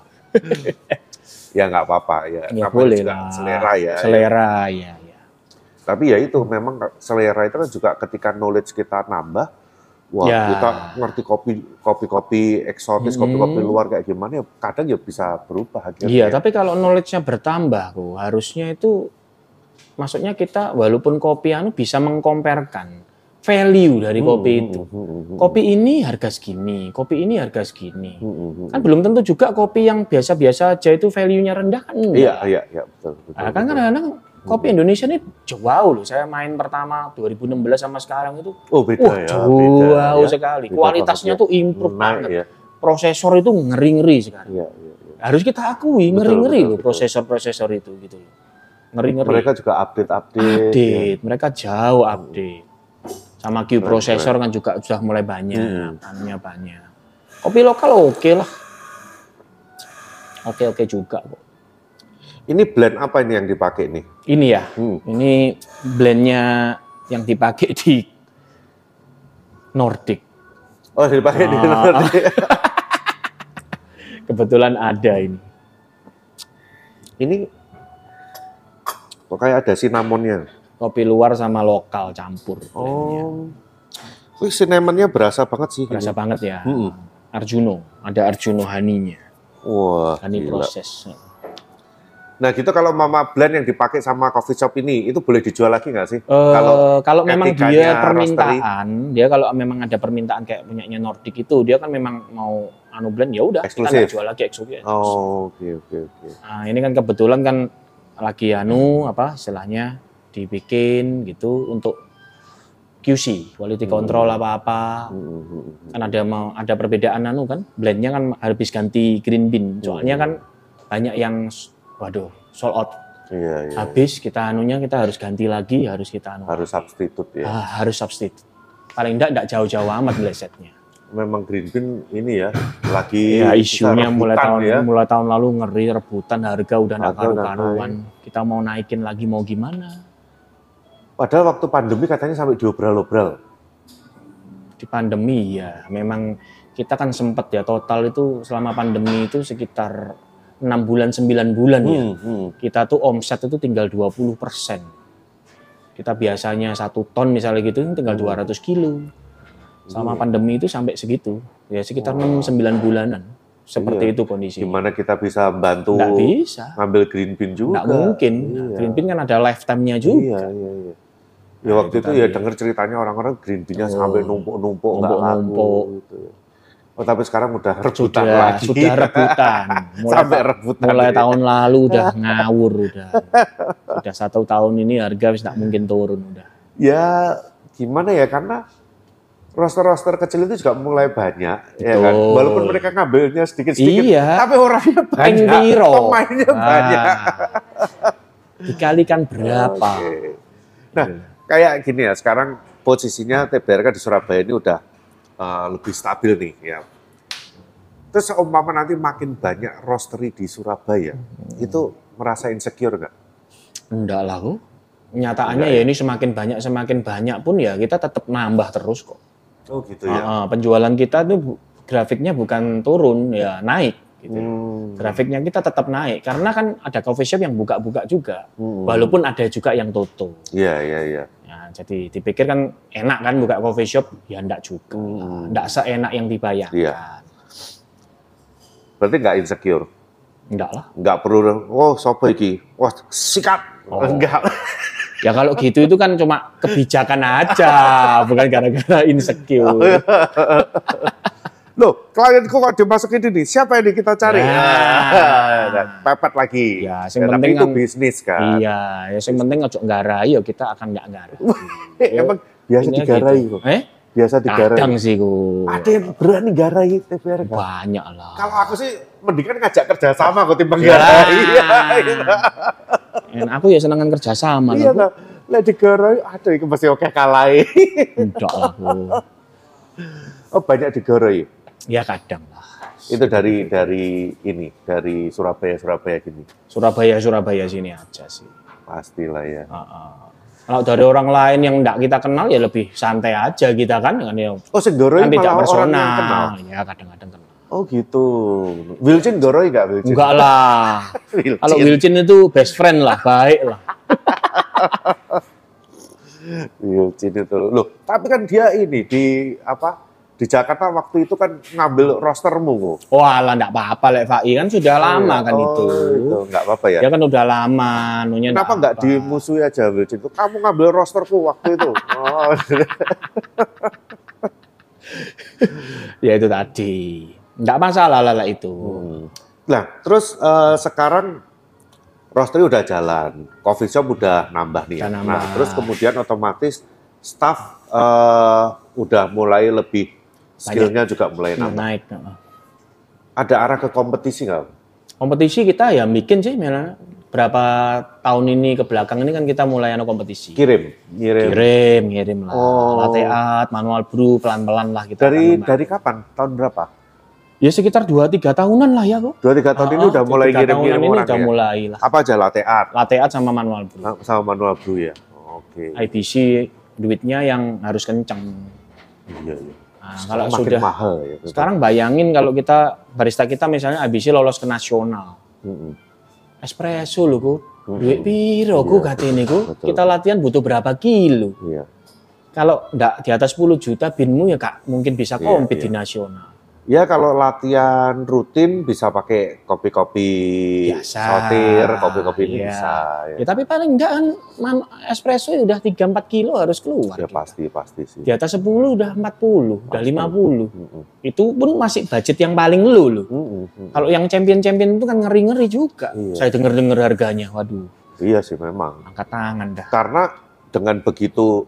Ya nggak apa-apa ya. Boleh juga lah. Selera ya. Selera ya. Tapi ya itu memang selera itu kan juga ketika knowledge kita nambah, kita ngerti kopi-kopi eksotis, kopi-kopi luar kayak gimana ya kadang ya bisa berubah akhirnya. Iya, tapi kalau knowledge-nya bertambah harusnya itu maksudnya kita walaupun kopi bisa mengkomparkan value dari kopi itu. Kopi ini harga segini, kopi ini harga segini. Kan belum tentu juga kopi yang biasa-biasa aja itu value-nya rendah kan enggak. Iya, betul. Kan kadang-kadang kopi Indonesia ini jauh loh. Saya main pertama 2016 sama sekarang itu. Oh beda jauh sekali. Kualitasnya tuh improve banget. Ya. Prosesor itu ngeri-ngeri sekarang. Iya. Harus kita akui ngeri-ngeri loh prosesor-prosesor itu gitu loh. Ngeri-ngeri. Mereka juga update. Mereka jauh update. Sama Q prosesor kan juga sudah mulai banyak, banyak. Kopi lokal oke lah. Oke juga kok. Ini blend apa ini yang dipakai nih? Ini ya, ini blendnya yang dipakai di Nordic. Oh, dipakai di Nordic. Kebetulan ada ini. Ini kok kayak ada cinnamonnya. Kopi luar sama lokal campur. Wih, cinnamonnya berasa banget sih. Berasa banget ya. Arjuno, ada Arjuno Honey-nya. Wah, honey proses. Nah gitu kalau mama blend yang dipakai sama coffee shop ini itu boleh dijual lagi nggak sih? Kalau memang dia permintaan, dia kalau memang ada permintaan kayak punyanya Nordic itu, dia kan memang mau blend ya udah kita nggak jual lagi eksklusif. Oke. Nah ini kan kebetulan kan lagi istilahnya dibikin gitu untuk QC, quality control apa-apa. Kan ada perbedaan kan, blendnya kan habis ganti green bean, soalnya kan banyak yang sold out. Iya. Habis kita harus ganti lagi, harus kita harus substitute ya. Harus substitute. Paling enggak jauh-jauh amat blesetnya. Memang green bean ini ya lagi isunya mulai tahun lalu ngeri rebutan harga udah enggak karu-karuan. Kita mau naikin lagi mau gimana? Padahal waktu pandemi katanya sampai diobral-obral. Di pandemi ya, memang kita kan sempat ya total itu selama pandemi itu sekitar 6 bulan 9 bulan ya. Kita tuh omset itu tinggal 20%. Kita biasanya 1 ton misalnya gitu tinggal 200 kilo. Sama pandemi itu sampai segitu. Ya sekitar 6-9 bulanan. Seperti itu kondisinya. Gimana kita bisa bantu nggak bisa. ngambil green bean juga? Nggak mungkin. Green bean kan ada lifetime-nya juga. Iya. Ya waktu itu ya dengar ceritanya orang-orang green bean-nya sampai numpuk-numpuk nggak laku. Gitu. Oh tapi sekarang udah rebutan lagi. Sudah rebutan. Sampai rebutan. Mulai tahun lalu udah ngawur udah. Udah 1 tahun ini harga nggak mungkin turun udah. Ya gimana ya, karena roster-roster kecil itu juga mulai banyak. Ya kan? Walaupun mereka ngambilnya sedikit-sedikit, tapi orangnya banyak, pemainnya banyak. Dikalikan berapa? Nah kayak gini ya, sekarang posisinya TBRK di Surabaya ini udah lebih stabil nih ya. Terus umpama nanti makin banyak roastery di Surabaya, itu merasa insecure nggak? Enggak lah kok. Kenyataannya ya ini semakin banyak pun ya kita tetap nambah terus kok. Oh gitu ya. Penjualan kita tuh grafiknya bukan turun ya naik. Gitu. Grafiknya kita tetap naik karena kan ada coffee shop yang buka-buka juga, walaupun ada juga yang tutup. Iya. Ya, jadi dipikir kan enak kan buka coffee shop, ya enggak juga, enggak seenak yang dibayangkan. Iya. Berarti nggak insecure? Enggak lah. Nggak perlu, oh sopo iki, wah sikat, enggak. Ya kalau gitu itu kan cuma kebijakan aja, bukan gara-gara insecure. Loh, klienku kok dimasukin ini, siapa ini kita cari? Pepet lagi. Ya, yang penting itu kan, bisnis kan. Iya, ya yang penting ojo nggarai, kita akan nggak nggarai. Emang biasa digarai gitu. kok? Biasa digarai? Kadang sih kok. Ada yang berani garai TBRK? Banyak lah. Kalau aku sih mendingan ngajak kerjasama kok timbang garai. Aku ya senengan kerjasama. Iya lah, digarai, aduh itu pasti oke kalah. Enggak lah. Oh banyak digarai? Ya kadang lah. Itu dari Surabaya gini. Surabaya sini aja sih. Pastilah ya. Kalau dari orang lain yang enggak kita kenal ya lebih santai aja kita kan ya. Oh segoroi kan tidak personal. Kenal. Ya kadang-kadang kenal. Oh gitu. Wilcin goroi enggak Wilcin? Enggak lah. Kalau Wilcin itu best friend lah, baik lah. Wilcin itu loh. Tapi kan dia ini di Jakarta waktu itu kan ngambil rostermu. Wah lah enggak apa-apa Lek Fai kan sudah lama kan itu. Enggak apa-apa ya. Ya kan udah lama nunya. Kenapa enggak dimusuhi aja Wilcin itu? Kamu ngambil rosterku waktu itu. Ya itu tadi. Enggak masalah lah itu. Nah, terus sekarang roastery udah jalan, coffee shop udah nambah nih. Nah, terus kemudian otomatis staff udah mulai lebih skill-nya juga mulai nambah. Naik. Ada arah ke kompetisi nggak? Kompetisi kita ya bikin sih, berapa tahun ini ke belakang ini kan kita mulai kompetisi. Kirim lah. Latte art, manual brew, pelan-pelan lah kita. Dari kapan? Tahun berapa? Ya sekitar 2-3 tahunan lah ya kok. 2-3 tahun ini udah mulai kirim-kirim orang udah mulai lah. Apa aja latte art? Latte art sama manual brew. Sama manual brew ya. Oke. IBC duitnya yang harus kenceng. Iya. Nah, kalau sudah mahal ya. Sekarang bayangin kalau kita barista kita misalnya IBC lolos ke nasional. Espresso loh kok. Duit piro kok katene kok. Kita latihan butuh berapa kilo. Iya. Kalau enggak di atas 10 juta binmu ya Kak mungkin bisa kompet di nasional. Ya kalau latihan rutin bisa pakai kopi-kopi sortir, kopi-kopi bisa. Ya tapi paling enggak kan espresso udah 3-4 kilo harus keluar. Ya pasti sih. Di atas 10 udah 40, udah 50. Itu pun masih budget yang paling low. Kalau yang champion-champion itu kan ngeri-ngeri juga. Saya dengar harganya, waduh. Iya sih memang. Angkat tangan dah. Karena dengan begitu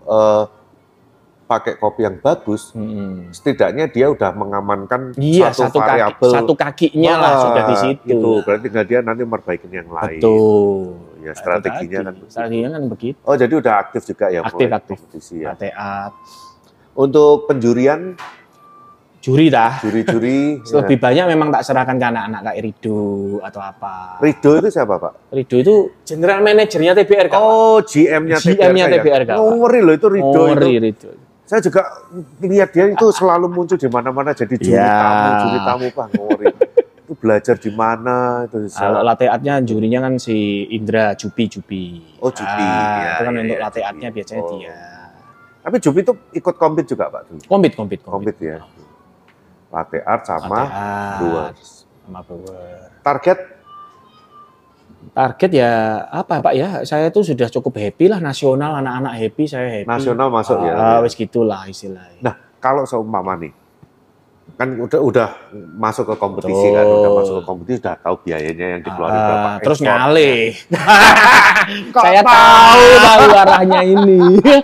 pakai kopi yang bagus, setidaknya dia udah mengamankan satu variabel. Satu kakinya lah sudah di situ. Gitu. Berarti tinggal dia nanti merbaikin yang lain. Betul. Ya strateginya kan begitu. Oh jadi udah aktif juga ya? Aktif. Kompetisi ya. Latte art. Untuk penjurian? Juri dah. Juri-juri. Lebih banyak memang tak serahkan ke anak-anak kayak Rido atau apa. Rido itu siapa Pak? Rido itu general manajernya TBRK. Oh GM-nya TBRK. Ngeri loh itu Rido. Rido. Saya juga lihat dia itu selalu muncul di mana-mana jadi juri tamu Pak, ngori. itu belajar di mana itu bisa. Kalau latte artnya jurinya kan si Indra Jupi. Oh, Jupi. Ya, itu kan ya, untuk ya, latte Jupi. artnya biasanya dia. Tapi Jupi itu ikut compete juga, Pak? Compete Ya. Latte art sama Brewers. Sama Brewers. Target ya apa Pak ya? Saya tuh sudah cukup happy lah, nasional, anak-anak happy, saya happy. Nasional masuk ya. Wes gitulah istilahnya. Nah, kalau seumpama nih, kan udah masuk ke kompetisi kan, udah masuk ke kompetisi, udah tahu biayanya yang dikeluarin berapa. Terus nyalih. Saya tahu arahnya ini.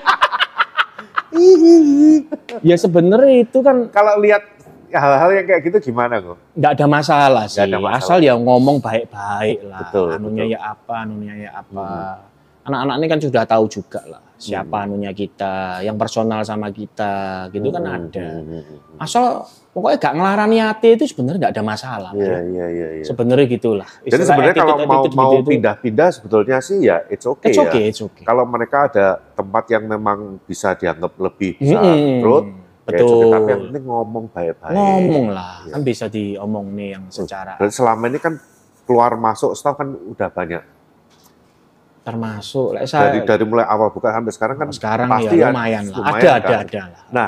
Ya sebenarnya itu kan kalau lihat hal-hal yang kayak gitu gimana kok? Nggak ada masalah sih. Ada masalah. Asal ya ngomong baik-baik lah. Betul, anunya ya apa. Anak-anak ini kan sudah tahu juga lah siapa anunya kita, yang personal sama kita, gitu kan ada. Asal pokoknya gak ngelarani hati itu sebenarnya nggak ada masalah. Iya. Sebenarnya gitulah. Jadi sebenarnya kalau mau pindah-pindah sebetulnya sih ya it's okay. It's okay. Kalau mereka ada tempat yang memang bisa dianggap lebih bisa growth, betul. Ya, tapi yang penting ngomong baik-baik. Ngomong lah, kan bisa diomong nih yang secara. Dan selama ini kan keluar masuk staff kan udah banyak. Termasuk dari mulai awal buka sampai sekarang kan pasti ya lumayan lah. Ada lah. Nah,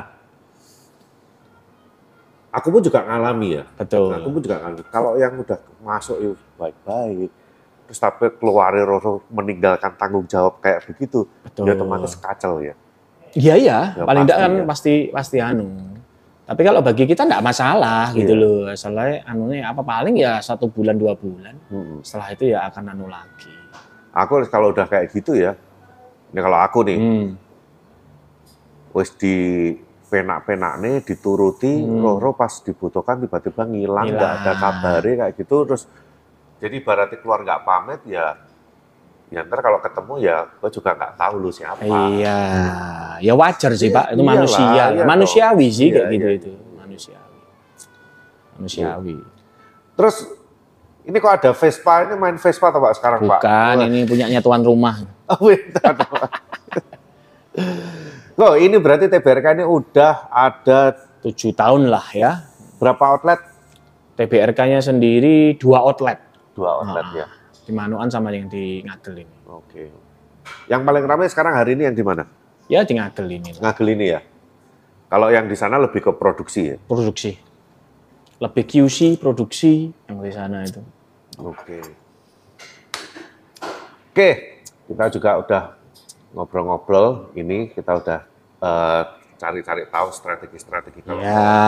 aku pun juga ngalami ya. Betul. Aku pun juga ngalami. Kalau yang udah masuk itu baik-baik, terus tapi keluar meninggalkan tanggung jawab kayak begitu, ya otomatis kacau ya. Iya, paling enggak kan pasti anu. Tapi kalau bagi kita enggak masalah gitu loh. Soalnya anunya apa paling ya 1 bulan 2 bulan. Setelah itu ya akan anu lagi. Aku kalau udah kayak gitu ya, ini kalau aku nih, wis di penak-penak nih dituruti, roh pas dibutuhkan tiba-tiba ngilang, nggak ada kabarnya kayak gitu, terus jadi ibaratnya keluar nggak pamit ya ntar kalau ketemu ya gue juga nggak tahu lu siapa. Iya, ya wajar sih Pak, itu manusiawi sih kayak gitu itu, manusiawi. Terus ini kok ada Vespa, ini main Vespa atau Pak sekarang Pak? Bukan, ini punyanya tuan rumah. Oh, loh, ini berarti TBRK ini udah ada 7 tahun lah ya. Berapa outlet? TBRK-nya sendiri 2 outlet. 2 outlet ya. Di Manuan sama yang di Ngagel ini. Oke. Yang paling ramai sekarang hari ini yang di mana? Ya di Ngagel ini. Ngagel ini ya. Kalau yang di sana lebih ke produksi ya? Produksi. Lebih QC, produksi yang di sana itu. Oke, kita juga udah ngobrol-ngobrol. Ini kita udah cari-cari tahu strategi-strategi kalau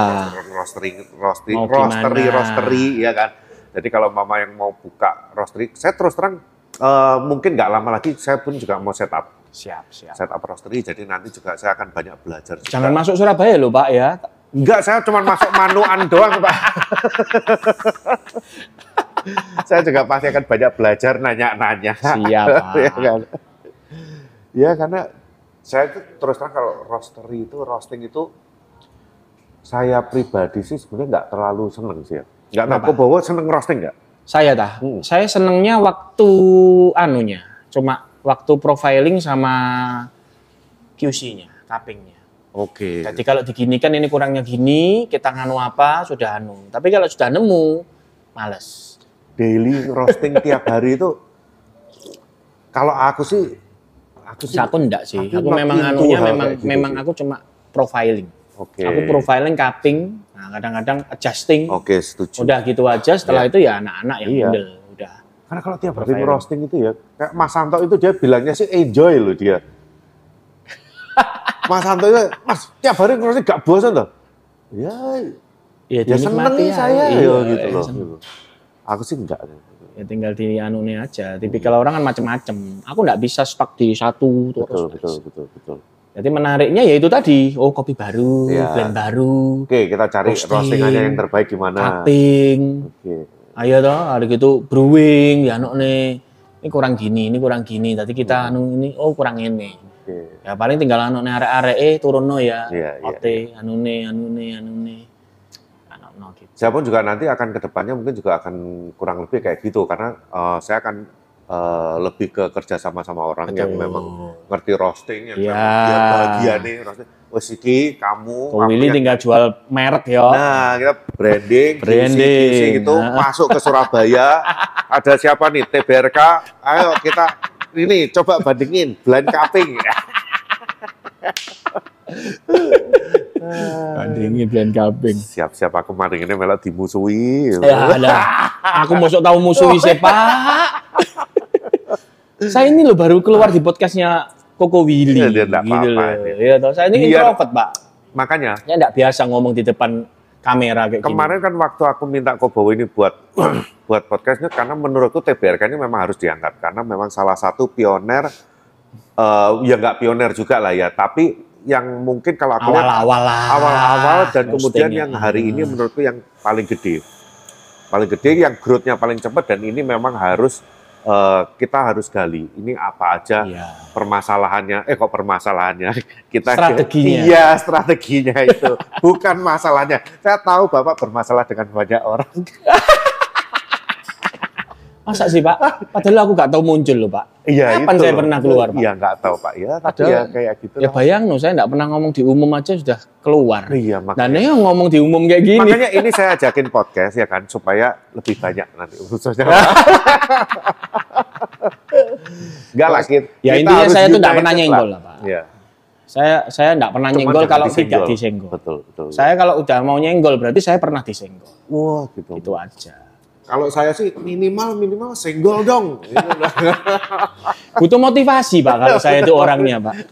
roastery, ya kan. Jadi kalau mama yang mau buka roastery, saya terus terang mungkin nggak lama lagi saya pun juga mau setup. Siap. Setup roastery. Jadi nanti juga saya akan banyak belajar. Jangan masuk Surabaya loh Pak ya. Enggak, saya cuma masuk Manuan doang, Pak. Saya juga pasti akan banyak belajar, nanya-nanya. Siap, Pak. Ya, kan? Ya, karena saya itu terus terang kalau roasting itu, saya pribadi sih sebenarnya nggak terlalu seneng sih ya. Nggak tahu bahwa seneng roasting nggak? Saya senengnya waktu anunya, cuma waktu profiling sama QC-nya, cupping-nya. Oke. Jadi kalau diginikan ini kurangnya gini, kita nganu apa, sudah anu. Tapi kalau sudah nemu, males. Daily roasting tiap hari itu, kalau aku enggak sih. Aku memang anunya memang aku cuma profiling. Oke. Aku profiling, cupping, nah kadang-kadang adjusting. Oke, setuju. Udah gitu aja, setelah itu ya anak-anak yang handle. Udah. Karena kalau tiap hari roasting itu ya, kayak Mas Santo itu dia bilangnya sih enjoy loh dia. Mas Santo itu, Mas, tiap hari roasting gak bosan loh. Ya seneng saya gitu loh. Aku sih enggak. Ya tinggal di anune aja. Tipikal orang kan macem-macem. Aku enggak bisa stuck di satu terus. Betul. Jadi menariknya ya itu tadi, kopi baru, blend baru. Oke, kita cari roastingannya yang terbaik gimana. Cupping. Ayo toh, ada gitu brewing, ya nih. Ini kurang gini. Tadi kita ini kurang ini. Ya paling tinggal anune arek-arek turunno ya. Ote anune. Gitu. Saya pun juga nanti akan ke depannya mungkin juga akan kurang lebih kayak gitu karena saya akan lebih ke kerja sama orang Betul. yang memang ngerti roasting, yang Iya. memang dia bagian nih roasting. Wes iki kamu. Ko Willy tinggal jual merek ya. Nah, kita branding, Branding. QC gitu, masuk ke Surabaya. Ada siapa nih? TBRK. Ayo kita ini coba bandingin blind cupping. Bandingin blind cupping. Siap-siap aku kemarin ini malah dimusuhi. Ya ada. Aku masuk tahu musuhi siapa? Saya ini loh baru keluar di podcastnya Koko Willy. Ya, dia enggak gitu apa-apa, loh. Iya, toh. Saya ini introvert, Pak. Makanya. Saya enggak biasa ngomong di depan kamera kayak kemarin gini. Kan waktu aku minta Kobowo ini buat podcastnya, karena menurutku TBRK ini memang harus diangkat. Karena memang salah satu pioner, ya nggak pioner juga lah ya, tapi yang mungkin kalau aku lihat awal-awal dan kemudian yang hari ini menurutku yang paling gede, yang growth-nya paling cepat, dan ini memang harus kita harus gali ini apa aja permasalahannya. Kok permasalahannya? Kita strateginya. Iya, strateginya itu bukan masalahnya. Saya tahu Bapak bermasalah dengan banyak orang. Masa sih Pak? Padahal aku nggak tahu muncul loh Pak. Iya, kapan saya pernah keluar Pak? Iya, nggak tahu Pak. Ya, tapi padahal, ya kayak gitu. Ya bayang loh, saya nggak pernah ngomong di umum aja sudah keluar. Iya, makanya. Dan ini ngomong di umum kayak gini. Makanya ini saya ajakin podcast ya kan, supaya lebih banyak nanti urusannya. Enggak lah, ya intinya saya tuh nggak pernah nyenggol lah Pak. Iya. Saya nggak pernah nyenggol kalau tidak disenggol. Betul. Saya kalau udah mau nyenggol berarti saya pernah disenggol. Wah, gitu. Itu aja. Kalau saya sih minimal senggol dong. Butuh motivasi Pak kalau saya itu orangnya Pak.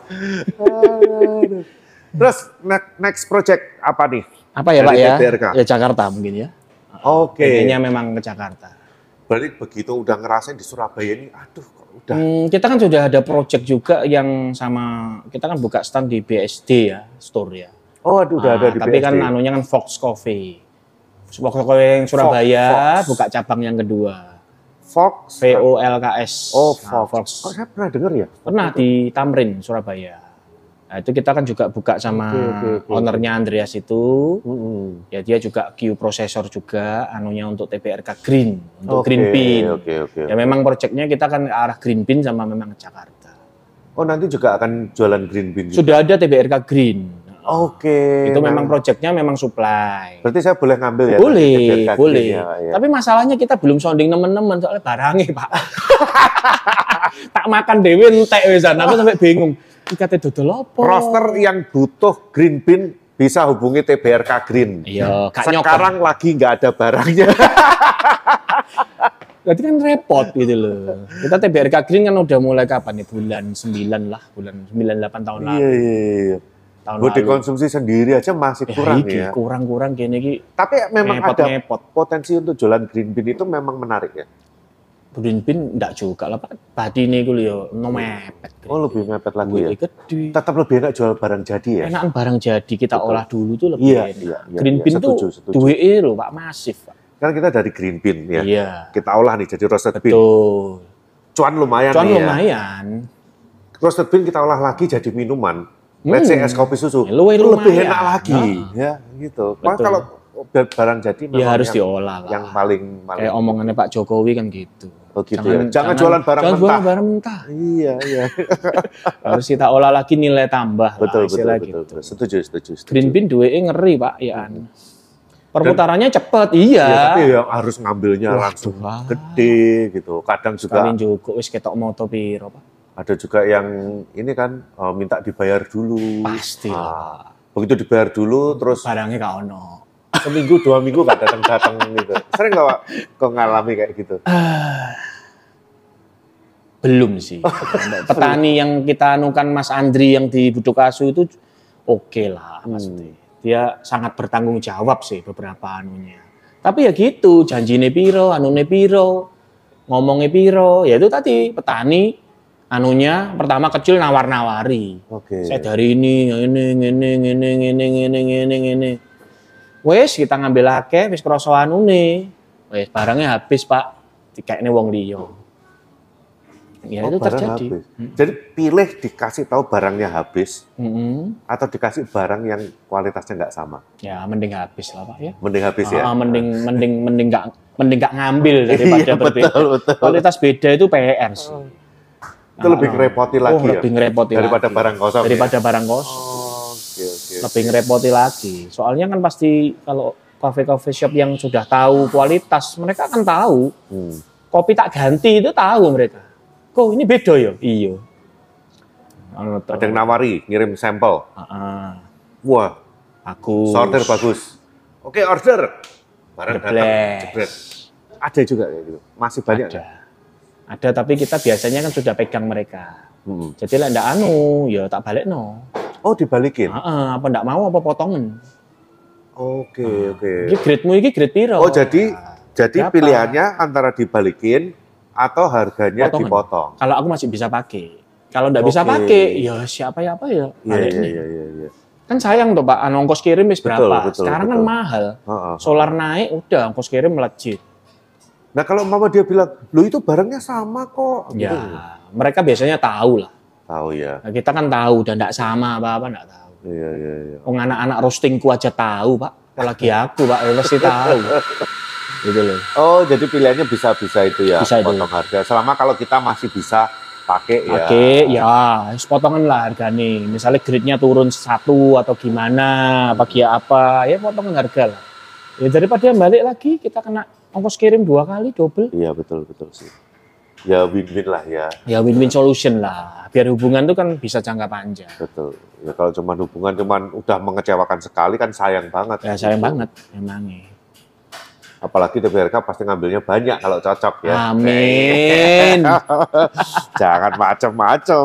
Terus next project apa nih? Apa ya Pak ya? TBRK? Ya Jakarta mungkin ya. Oke. Kayaknya memang ke Jakarta. Berarti begitu udah ngerasain di Surabaya ini, aduh kok udah. Kita kan sudah ada project juga yang sama, kita kan buka stand di BSD ya, store ya. Oh, aduh, udah ada di tapi BSD. kan anunya kan Fox Coffee. Fox Coffee yang Surabaya, buka cabang yang kedua. Fox? VOLKS. Oh, Nah, Fox. Kok saya pernah dengar ya? Pernah di Tamrin, Surabaya. Nah, itu kita kan juga buka sama ownernya Andreas itu. Ya dia juga Q processor juga, anunya untuk TBRK Green, untuk Green Bean. Ya memang proyeknya kita kan ke arah Green Bean sama memang Jakarta. Oh, nanti juga akan jualan Green Bean juga? Sudah ada TBRK Green. Itu memang proyeknya memang supply. Berarti saya boleh ngambil ya? Boleh. Ya. Tapi masalahnya kita belum sounding teman-teman soalnya barangnya Pak. Tak makan dewe entek wesan, aku sampai bingung. Ikate dodol apa? Roster yang butuh Green Bean bisa hubungi TBRK Green. Iya, sekarang lagi nggak ada barangnya. Berarti kan repot gitu loh. Kita TBRK Green kan udah mulai kapan nih? Bulan 9 lah, bulan 98 tahun lalu. Iya. Buat dikonsumsi sendiri aja masih kurang ya. Kurang gini ki. Tapi memang ada potensi untuk jualan Green Bean itu memang menarik ya. Green Bean enggak juga lah Pak. Badine iku lho no mepet. Oh, lebih mepet lagi ya. Gede. Tetap lebih enak jual barang jadi ya. Enakan barang jadi kita olah dulu tuh lebih enak. Iya, Green Bean tuh duwe lho Pak, masif Pak. Kan kita dari Green Bean ya. Iya. Kita olah nih jadi roasted bean. Betul. Cuan lumayan nih ya. Lumayan. Roasted bean kita olah lagi jadi minuman. Let's say es kopi susu. Lebih enak lagi. Ya, gitu. Kalau barang jadi ya harus diolah lah. Yang paling kayak omongannya Pak Jokowi kan gitu. Oh gitu jangan jualan barang mentah. Jualan barang mentah. Iya. Harus kita olah lagi nilai tambah. Betul. Gitu. Setuju. Green Bean duwe ngeri Pak ya. Perputarannya cepet, iya. Tapi yang harus ngambilnya langsung gede gitu. Kadang juga. Kalian juga wis ketok moto piro Pak. Ada juga yang ini kan minta dibayar dulu. Pasti lah. Begitu dibayar dulu terus barangnya gak ono. Seminggu 2 minggu gak datang gitu. Sering gak Pak kok ngalami kayak gitu? Belum sih. Petani yang kita anukan Mas Andri yang di Budukasu itu oke lah maksudnya. Dia sangat bertanggung jawab sih beberapa anunya. Tapi ya gitu, janjine piro, anune piro, ngomongnya piro, ya itu tadi petani anunya pertama kecil nawar-nawari. Saya dari ini. Wes kita ngambil akeh, wis kroso anune. Wes barangnya habis Pak, dikekne wong liya. Ya itu terjadi. Jadi pilih dikasih tahu barangnya habis, atau dikasih barang yang kualitasnya nggak sama. Ya mending habis lah Pak ya. Mending habis ya. Mending nggak mending gak ngambil daripada berbeda. Betul. Kualitas beda itu PR sih. Itu lebih ngerepoti lagi ya? Lebih ngerepoti daripada lagi. Barang kosong Daripada ya? barang kosong. Oke. Lebih ngerepoti lagi. Soalnya kan pasti kalau kafe shop yang sudah tahu kualitas, mereka akan tahu. Kopi tak ganti itu tahu mereka. Kok ini beda ya? Iya. Ada yang nawari, ngirim sampel. Wah, bagus. Sortir bagus. Oke, order. Barang datang, jebret. Ada juga kayak gitu. Masih banyak. Ada, tapi kita biasanya kan sudah pegang mereka. Jadi lah ndak ya tak balik no. Oh, dibalikin? Apa ndak mau apa potongan. Oke. Ini grade-mu ini grade piro? Oh, jadi pilihannya antara dibalikin atau harganya potongan. Dipotong. Kalau aku masih bisa pakai. Kalau ndak bisa pakai, ya siapa ya apa ya. Iya. Kan sayang tuh Pak, ongkos kirim berapa? Betul, sekarang kan mahal. Solar naik, udah ongkos kirim melejit. Nah kalau mama dia bilang, lo itu barangnya sama kok. Ya, mereka biasanya tahu lah. Tahu ya. Nah, kita kan tahu, dan enggak sama apa-apa enggak tahu. Iya. Anak-anak roastingku aja tahu Pak. Apalagi aku Pak, pasti tahu. Gitu loh. Oh, jadi pilihannya bisa-bisa itu ya, bisa potong harga. Selama kalau kita masih bisa pakai ya. Potongan lah harga nih. Misalnya grade-nya turun 1 atau gimana, apa, ya potongan harga lah. Ya daripada balik lagi kita kena ongkos kirim 2 kali double. Iya betul sih. Ya win-win lah ya. Ya win-win solution lah. Biar hubungan itu kan bisa jangka panjang. Betul. Ya kalau hubungan udah mengecewakan sekali kan sayang banget. Ya sayang banget emangnya. Apalagi TBRK pasti ngambilnya banyak kalau cocok ya. Amin. Jangan macem-macem.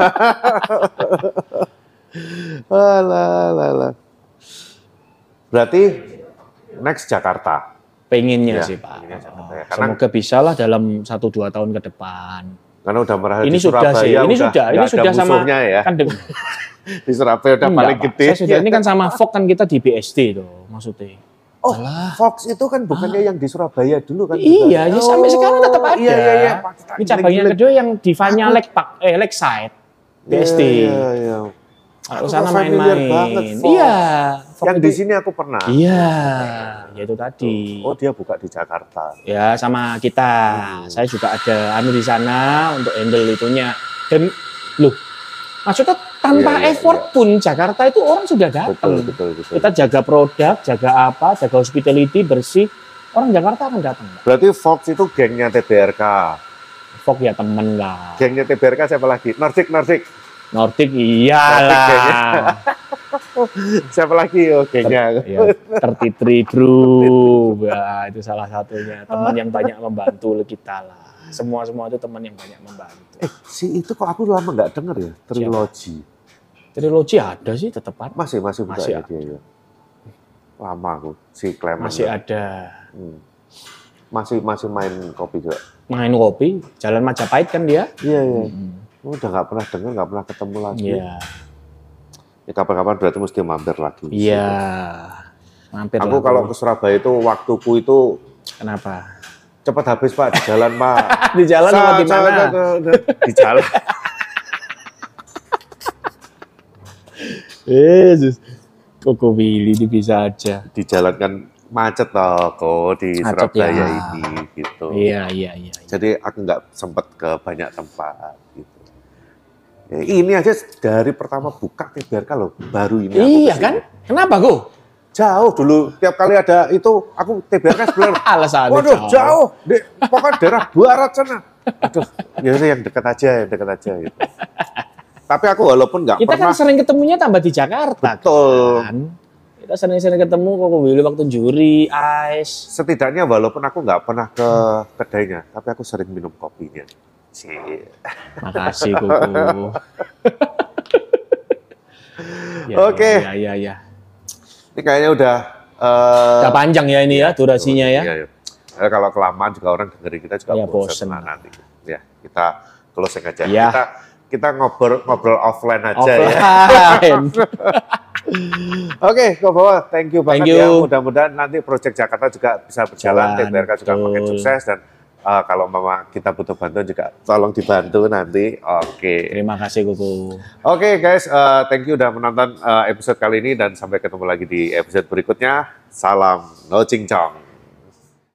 Alah. Berarti next Jakarta. Pengennya sih Pak. Ya. Semoga bisa lah dalam 1-2 tahun ke depan. Karena udah merah ini di Surabaya. Ini sudah sama ya. Kan di Surabaya udah paling gede. Ini kan sama Fox kan kita di BSD tuh maksudnya. Oh, Fox itu kan bukannya yang di Surabaya dulu kan? Iya, ya sampai sekarang tetap ada. Iya. Ini cabangnya kedua yang Divanya Lakeside, BSD. Iya. Aku sana main-main. Iya. Yang di sini aku pernah. Iya, ya itu tadi. Oh, dia buka di Jakarta. Ya, sama kita. Saya juga ada di sana untuk handle itunya. Dan loh, maksudnya tanpa effort pun Jakarta itu orang sudah datang. Betul. Kita jaga produk, jaga jaga hospitality, bersih. Orang Jakarta akan datang. Berarti Fox itu gengnya TBRK. Fox ya temen lah. Gengnya TBRK siapa lagi? Nordic iyalah. Siapa lagi gengnya? 33 Bro. Ya, itu salah satunya. Teman yang banyak membantu kita lah. Semua itu teman yang banyak membantu. Si itu kok aku lama nggak denger ya, Trilogy ada sih tetap ada. Masih buka ya dia ya. Lama aku si Clement. Masih ada. Masih main kopi juga. Main kopi, Jalan Majapahit kan dia? Iya. Udah nggak pernah dengar, nggak pernah ketemu lagi. Iya. Ya kapan-kapan berarti mesti mampir lagi. Iya. Mampir. Aku kalau ke Surabaya itu waktuku itu. Kenapa? Cepat habis Pak di jalan Pak. Di jalan apa di mana? Di jalan. Yesus. Koko Willy ini bisa aja. Di jalan kan macet kok di Surabaya ini gitu. Iya. Jadi aku nggak sempat ke banyak tempat gitu. Ya, ini aja dari pertama buka TBRK loh, baru ini. Iya kan? Kenapa Go? Jauh dulu, tiap kali ada itu aku TBRK sebelah. Alasan. Waduh jauh, pokoknya daerah barat sana. Aduh, ya yang dekat aja gitu. Tapi aku walaupun nggak pernah. Kita kan sering ketemunya tambah di Jakarta. Betul. Kan? Kita sering ketemu Koko Willy waktu juri, Ice. Setidaknya walaupun aku nggak pernah ke kedainya, tapi aku sering minum kopinya. Makasih Koko. Oke. Iya. Ini kayaknya udah panjang ya ini ya durasinya ya. Iya. Kalau kelamaan juga orang dengerin kita juga bosen nanti. Ya, kita closing aja. Ya. Kita ngobrol offline aja ya. Oke, Kobawa, thank you banget ya. Mudah-mudahan nanti Project Jakarta juga bisa berjalan, TBRK juga makin sukses dan kalau mama kita butuh bantuan juga tolong dibantu nanti. Oke. Terima kasih Koko. Oke guys, thank you udah menonton episode kali ini dan sampai ketemu lagi di episode berikutnya. Salam No Cincong.